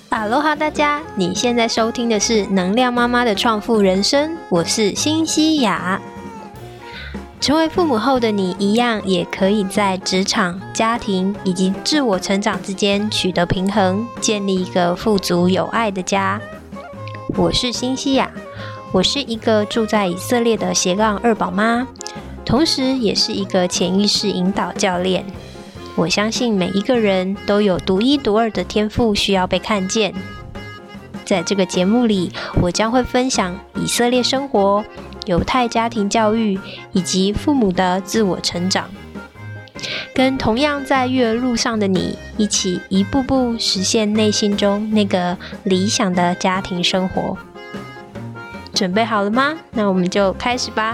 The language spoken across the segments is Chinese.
哈喽哈，大家，你现在收听的是能量妈妈的创富人生，我是辛西亚。成为父母后的你一样，也可以在职场、家庭以及自我成长之间取得平衡，建立一个富足有爱的家。我是辛西亚，我是一个住在以色列的斜杠二宝妈，同时也是一个潜意识引导教练。我相信每一个人都有独一无二的天赋需要被看见。在这个节目里，我将会分享以色列生活、犹太家庭教育以及父母的自我成长，跟同样在育儿路上的你一起一步步实现内心中那个理想的家庭生活。准备好了吗？那我们就开始吧。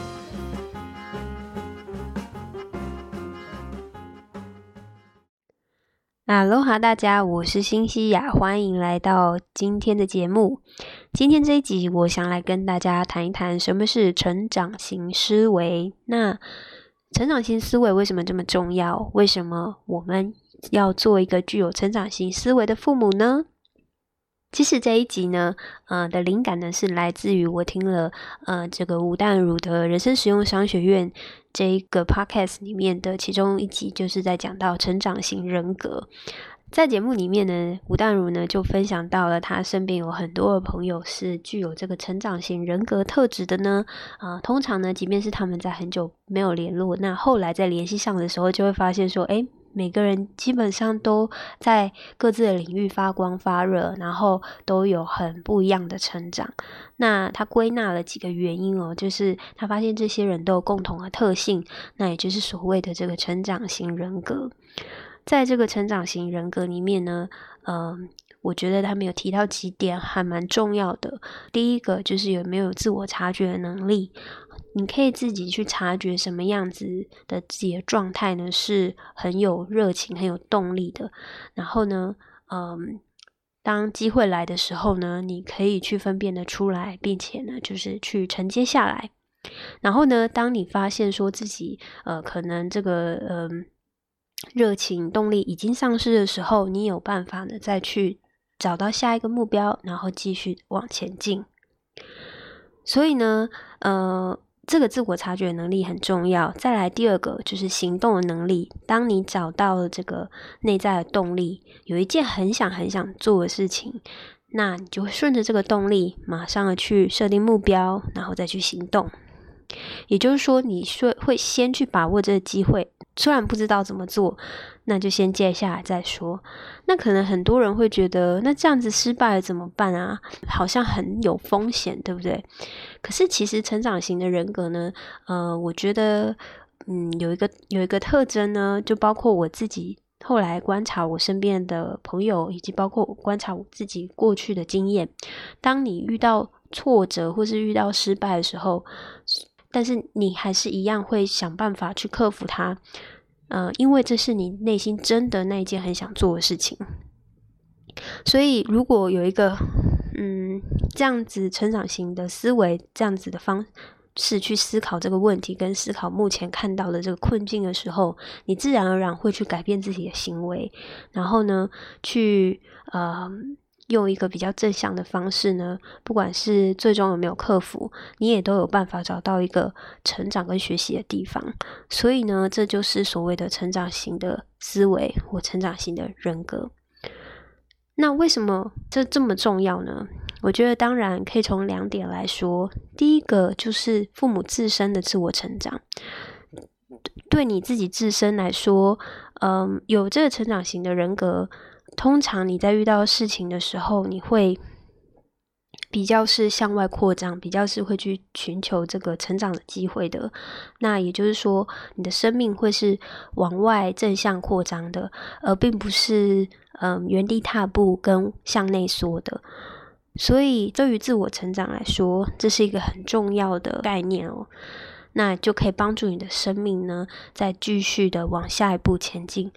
哈喽哈，大家，我是辛西亚，欢迎来到今天的节目。今天这一集，我想来跟大家谈一谈什么是成长型思维。那成长型思维为什么这么重要？为什么我们要做一个具有成长型思维的父母呢？其实这一集呢，的灵感呢是来自于我听了这个吴淡如的人生实用商学院这一个 podcast 里面的其中一集，就是在讲到成长型人格。在节目里面呢，吴淡如呢就分享到了他身边有很多的朋友是具有这个成长型人格特质的呢。通常呢，即便是他们在很久没有联络，那后来在联系上的时候，就会发现说，每个人基本上都在各自的领域发光发热，然后都有很不一样的成长。那他归纳了几个原因就是他发现这些人都有共同的特性，那也就是所谓的这个成长型人格。在这个成长型人格里面呢，我觉得他们有提到几点还蛮重要的。第一个就是有没有自我察觉的能力，你可以自己去察觉什么样子的自己的状态呢是很有热情很有动力的，然后呢当机会来的时候呢，你可以去分辨得出来，并且呢就是去承接下来。然后呢，当你发现说自己可能这个热情动力已经丧失的时候，你有办法呢再去找到下一个目标，然后继续往前进。所以呢这个自我察觉能力很重要。再来第二个就是行动的能力。当你找到了这个内在的动力，有一件很想做的事情，那你就会顺着这个动力马上的去设定目标，然后再去行动。也就是说，你会先去把握这个机会，虽然不知道怎么做，那就先接下来再说。那可能很多人会觉得，那这样子失败了怎么办啊？好像很有风险，对不对？可是其实成长型的人格呢，我觉得有一个特征呢，就包括我自己后来观察我身边的朋友，以及包括我观察我自己过去的经验。当你遇到挫折或是遇到失败的时候，但是你还是一样会想办法去克服它，因为这是你内心真的那一件很想做的事情。所以如果有一个这样子成长型的思维，这样子的方式去思考这个问题，跟思考目前看到的这个困境的时候，你自然而然会去改变自己的行为，然后呢去用一个比较正向的方式呢，不管是最终有没有克服，你也都有办法找到一个成长跟学习的地方。所以呢，这就是所谓的成长型的思维或成长型的人格。那为什么这么重要呢？我觉得当然可以从2点来说。第一个就是父母自身的自我成长。对你自己自身来说，有这个成长型的人格，通常你在遇到事情的时候，你会比较是向外扩张，比较是会去寻求这个成长的机会的。那也就是说，你的生命会是往外正向扩张的，而并不是原地踏步跟向内缩的。所以对于自我成长来说，这是一个很重要的概念那就可以帮助你的生命呢再继续的往下一步前进。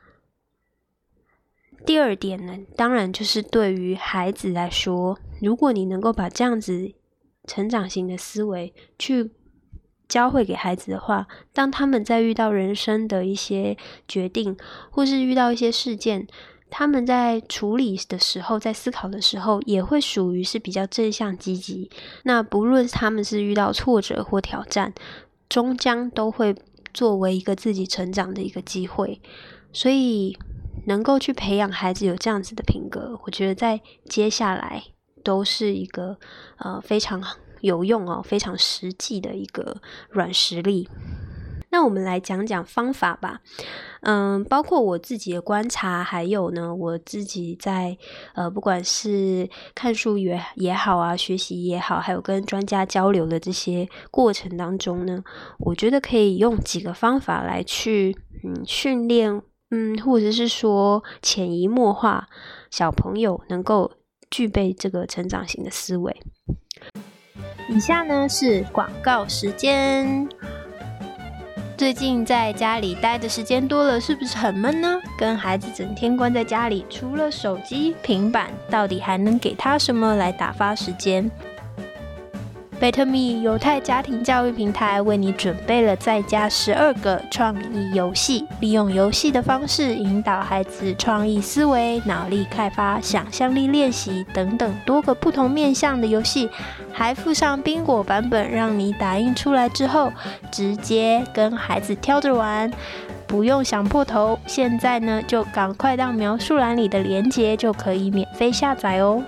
第二点呢，当然就是对于孩子来说，如果你能够把这样子成长型的思维去教会给孩子的话，当他们在遇到人生的一些决定，或是遇到一些事件， 他们在处理的时候，在思考的时候，也会属于是比较正向积极。那不论他们是遇到挫折或挑战，终将都会作为一个自己成长的一个机会。所以能够去培养孩子有这样子的品格，我觉得在接下来都是一个非常有用非常实际的一个软实力。那我们来讲讲方法吧。包括我自己的观察，还有呢我自己在不管是看书也好啊，学习也好，还有跟专家交流的这些过程当中呢，我觉得可以用几个方法来去训练或者是说潜移默化小朋友能够具备这个成长型的思维。以下呢是广告时间。最近在家里待的时间多了，是不是很闷呢？跟孩子整天关在家里，除了手机、平板，到底还能给他什么来打发时间？BetterMe 犹太家庭教育平台为你准备了在家12个创意游戏，利用游戏的方式引导孩子创意思维、脑力开发、想象力练习等等多个不同面向的游戏，还附上宾果版本，让你打印出来之后直接跟孩子挑着玩，不用想破头。现在呢，就赶快到描述栏里的连结就可以免费下载哦。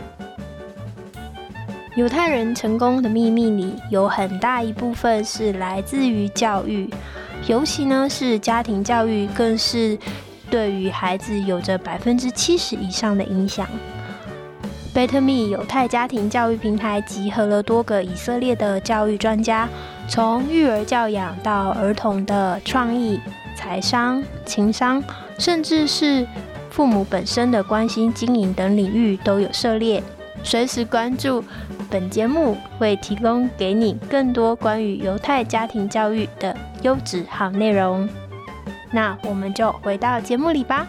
犹太人成功的秘密里有很大一部分是来自于教育，尤其呢是家庭教育，更是对于孩子有着70%以上的影响。BetterMe 犹太家庭教育平台集合了多个以色列的教育专家，从育儿教养到儿童的创意、财商、情商，甚至是父母本身的关心经营等领域都有涉猎。随时关注本节目，会提供给你更多关于犹太家庭教育的优质好内容。那我们就回到节目里吧。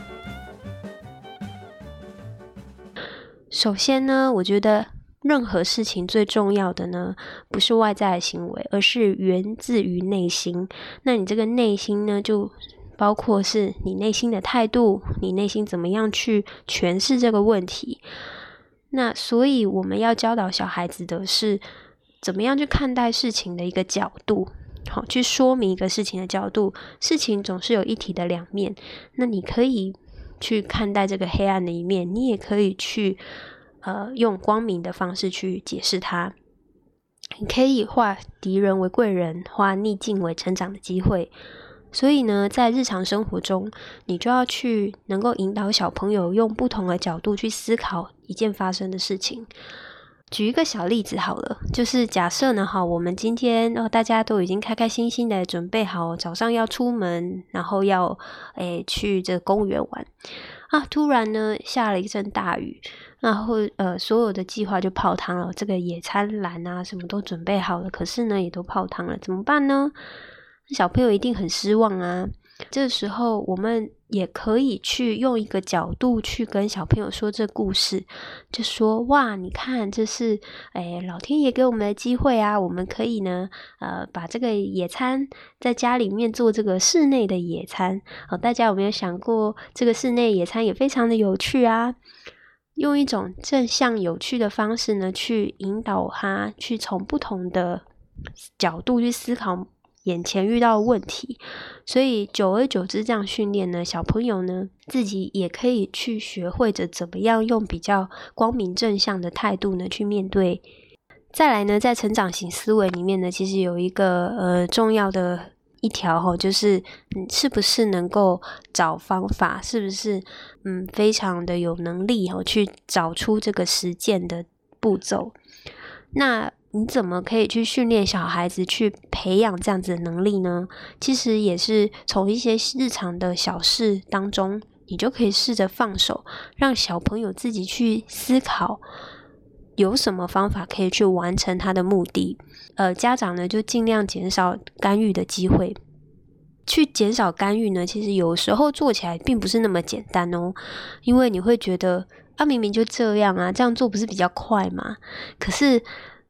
首先呢，我觉得任何事情最重要的呢，不是外在的行为，而是源自于内心。那你这个内心呢，就包括是你内心的态度，你内心怎么样去诠释这个问题。那所以我们要教导小孩子的是怎么样去看待事情的一个角度，好，去说明一个事情的角度。事情总是有一体的两面，那你可以去看待这个黑暗的一面，你也可以去用光明的方式去解释它。你可以化敌人为贵人，化逆境为成长的机会。所以呢，在日常生活中，你就要去能够引导小朋友用不同的角度去思考一件发生的事情。举一个小例子好了，就是假设呢，我们今天大家都已经开开心心的准备好早上要出门，然后要去这个公园玩啊，突然呢下了一阵大雨，然后所有的计划就泡汤了，这个野餐篮啊什么都准备好了，可是呢也都泡汤了，怎么办呢？小朋友一定很失望啊。这时候我们也可以去用一个角度去跟小朋友说这故事，就说哇，你看这是老天爷给我们的机会啊，我们可以呢把这个野餐在家里面做这个室内的野餐。大家有没有想过这个室内野餐也非常的有趣啊？用一种正向有趣的方式呢，去引导他去从不同的角度去思考眼前遇到的问题。所以久而久之这样训练呢，小朋友呢自己也可以去学会着怎么样用比较光明正向的态度呢去面对。再来呢，在成长型思维里面呢，其实有一个重要的一条就是是不是能够找方法，是不是非常的有能力去找出这个实践的步骤。那你怎么可以去训练小孩子去培养这样子的能力呢？其实也是从一些日常的小事当中，你就可以试着放手，让小朋友自己去思考有什么方法可以去完成他的目的。家长呢就尽量减少干预的机会。去减少干预呢，其实有时候做起来并不是那么简单哦，因为你会觉得明明就这样啊，这样做不是比较快吗？可是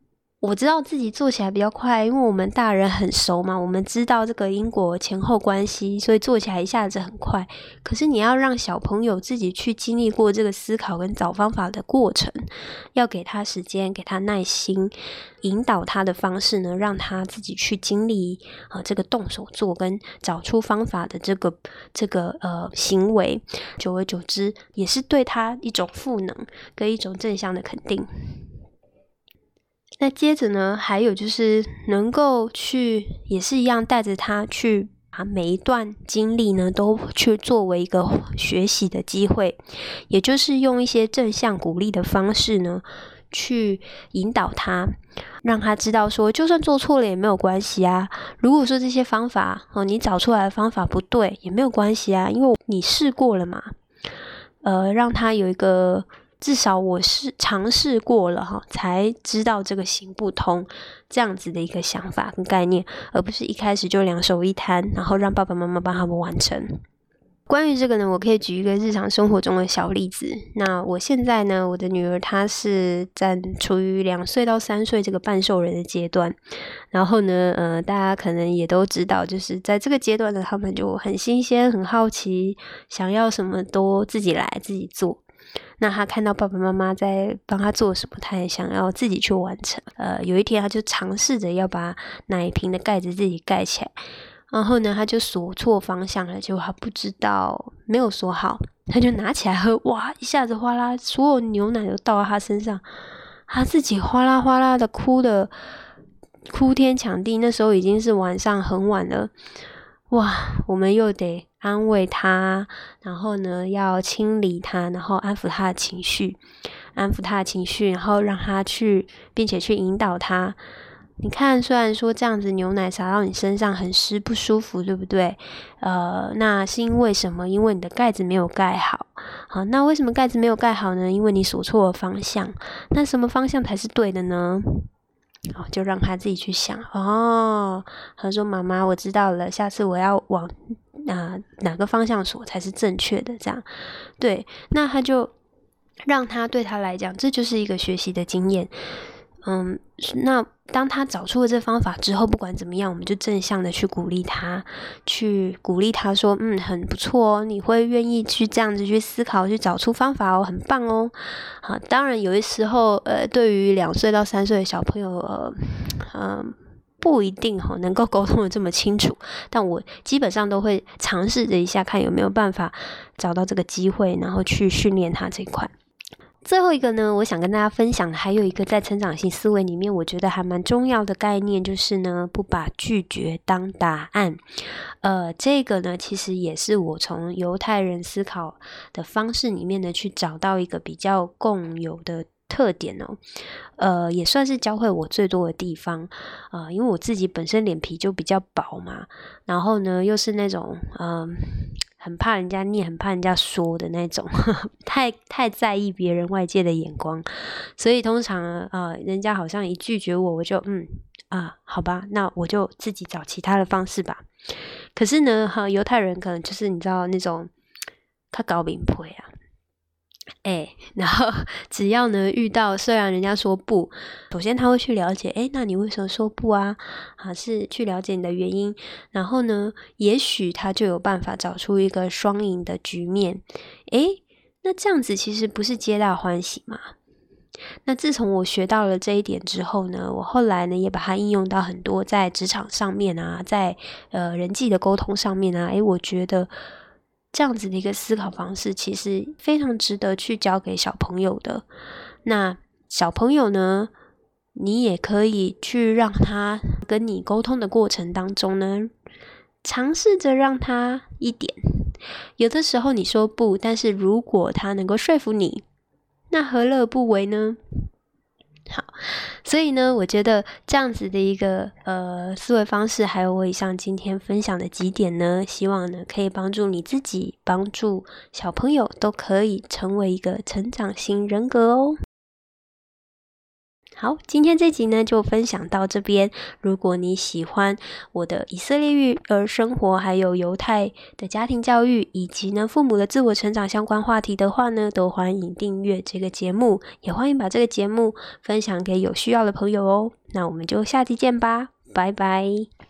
我知道自己做起来比较快，因为我们大人很熟嘛，我们知道这个因果前后关系，所以做起来一下子很快。可是你要让小朋友自己去经历过这个思考跟找方法的过程，要给他时间，给他耐心，引导他的方式呢，让他自己去经历这个动手做跟找出方法的这个行为，久而久之也是对他一种赋能跟一种正向的肯定。那接着呢，还有就是能够去也是一样带着他去把每一段经历呢都去作为一个学习的机会，也就是用一些正向鼓励的方式呢去引导他，让他知道说就算做错了也没有关系啊，如果说这些方法你找出来的方法不对也没有关系啊，因为你试过了嘛，让他有一个至少我是尝试过了才知道这个行不通这样子的一个想法跟概念，而不是一开始就两手一摊，然后让爸爸妈妈帮他们完成。关于这个呢，我可以举一个日常生活中的小例子。那我现在呢，我的女儿她是处于2岁到3岁这个半兽人的阶段，然后呢，大家可能也都知道，就是在这个阶段呢，他们就很新鲜、很好奇，想要什么都自己来、自己做。那他看到爸爸妈妈在帮他做什么，他也想要自己去完成。有一天他就尝试着要把奶瓶的盖子自己盖起来，然后呢他就锁错方向了，结果他不知道没有锁好，他就拿起来喝，哇，一下子哗啦，所有牛奶都倒到他身上，他自己哗啦哗啦的哭天抢地。那时候已经是晚上很晚了，哇，我们又得安慰他，然后呢要清理他，然后安抚他的情绪，然后让他去，并且去引导他。你看，虽然说这样子牛奶洒到你身上很湿不舒服，对不对？那是因为什么？因为你的盖子没有盖好。好，那为什么盖子没有盖好呢？因为你锁错了方向。那什么方向才是对的呢？就让他自己去想。他说妈妈我知道了，下次我要往哪个方向锁才是正确的，这样。对，那他就让他对他来讲这就是一个学习的经验。那当他找出了这方法之后，不管怎么样，我们就正向的去鼓励他，说很不错哦，你会愿意去这样子去思考，去找出方法哦，很棒哦。好，当然有的时候对于2岁到3岁的小朋友不一定能够沟通的这么清楚，但我基本上都会尝试着一下，看有没有办法找到这个机会，然后去训练他这一块。最后一个呢，我想跟大家分享的还有一个在成长型思维里面我觉得还蛮重要的概念，就是呢不把拒绝当答案。这个呢其实也是我从犹太人思考的方式里面呢去找到一个比较共有的特点哦。也算是教会我最多的地方。因为我自己本身脸皮就比较薄嘛，然后呢又是那种很怕人家念，很怕人家说的那种太在意别人外界的眼光，所以通常人家好像一拒绝我，我就好吧，那我就自己找其他的方式吧。可是呢犹太人可能就是你知道那种较高明配啊，然后只要呢遇到，虽然人家说不，首先他会去了解，那你为什么说不啊？是去了解你的原因，然后呢，也许他就有办法找出一个双赢的局面。那这样子其实不是皆大欢喜嘛？那自从我学到了这一点之后呢，我后来呢也把它应用到很多在职场上面啊，在人际的沟通上面啊，我觉得这样子的一个思考方式其实非常值得去教给小朋友的。那小朋友呢，你也可以去让他跟你沟通的过程当中呢，尝试着让他一点，有的时候你说不，但是如果他能够说服你，那何乐不为呢？好，所以呢我觉得这样子的一个思维方式，还有我以上今天分享的几点呢，希望呢可以帮助你自己，帮助小朋友都可以成为一个成长型人格哦。 好，今天这集呢就分享到这边。如果你喜欢我的以色列育儿生活，还有犹太的家庭教育，以及呢父母的自我成长相关话题的话呢，都欢迎订阅这个节目，也欢迎把这个节目分享给有需要的朋友哦。那我们就下期见吧，拜拜。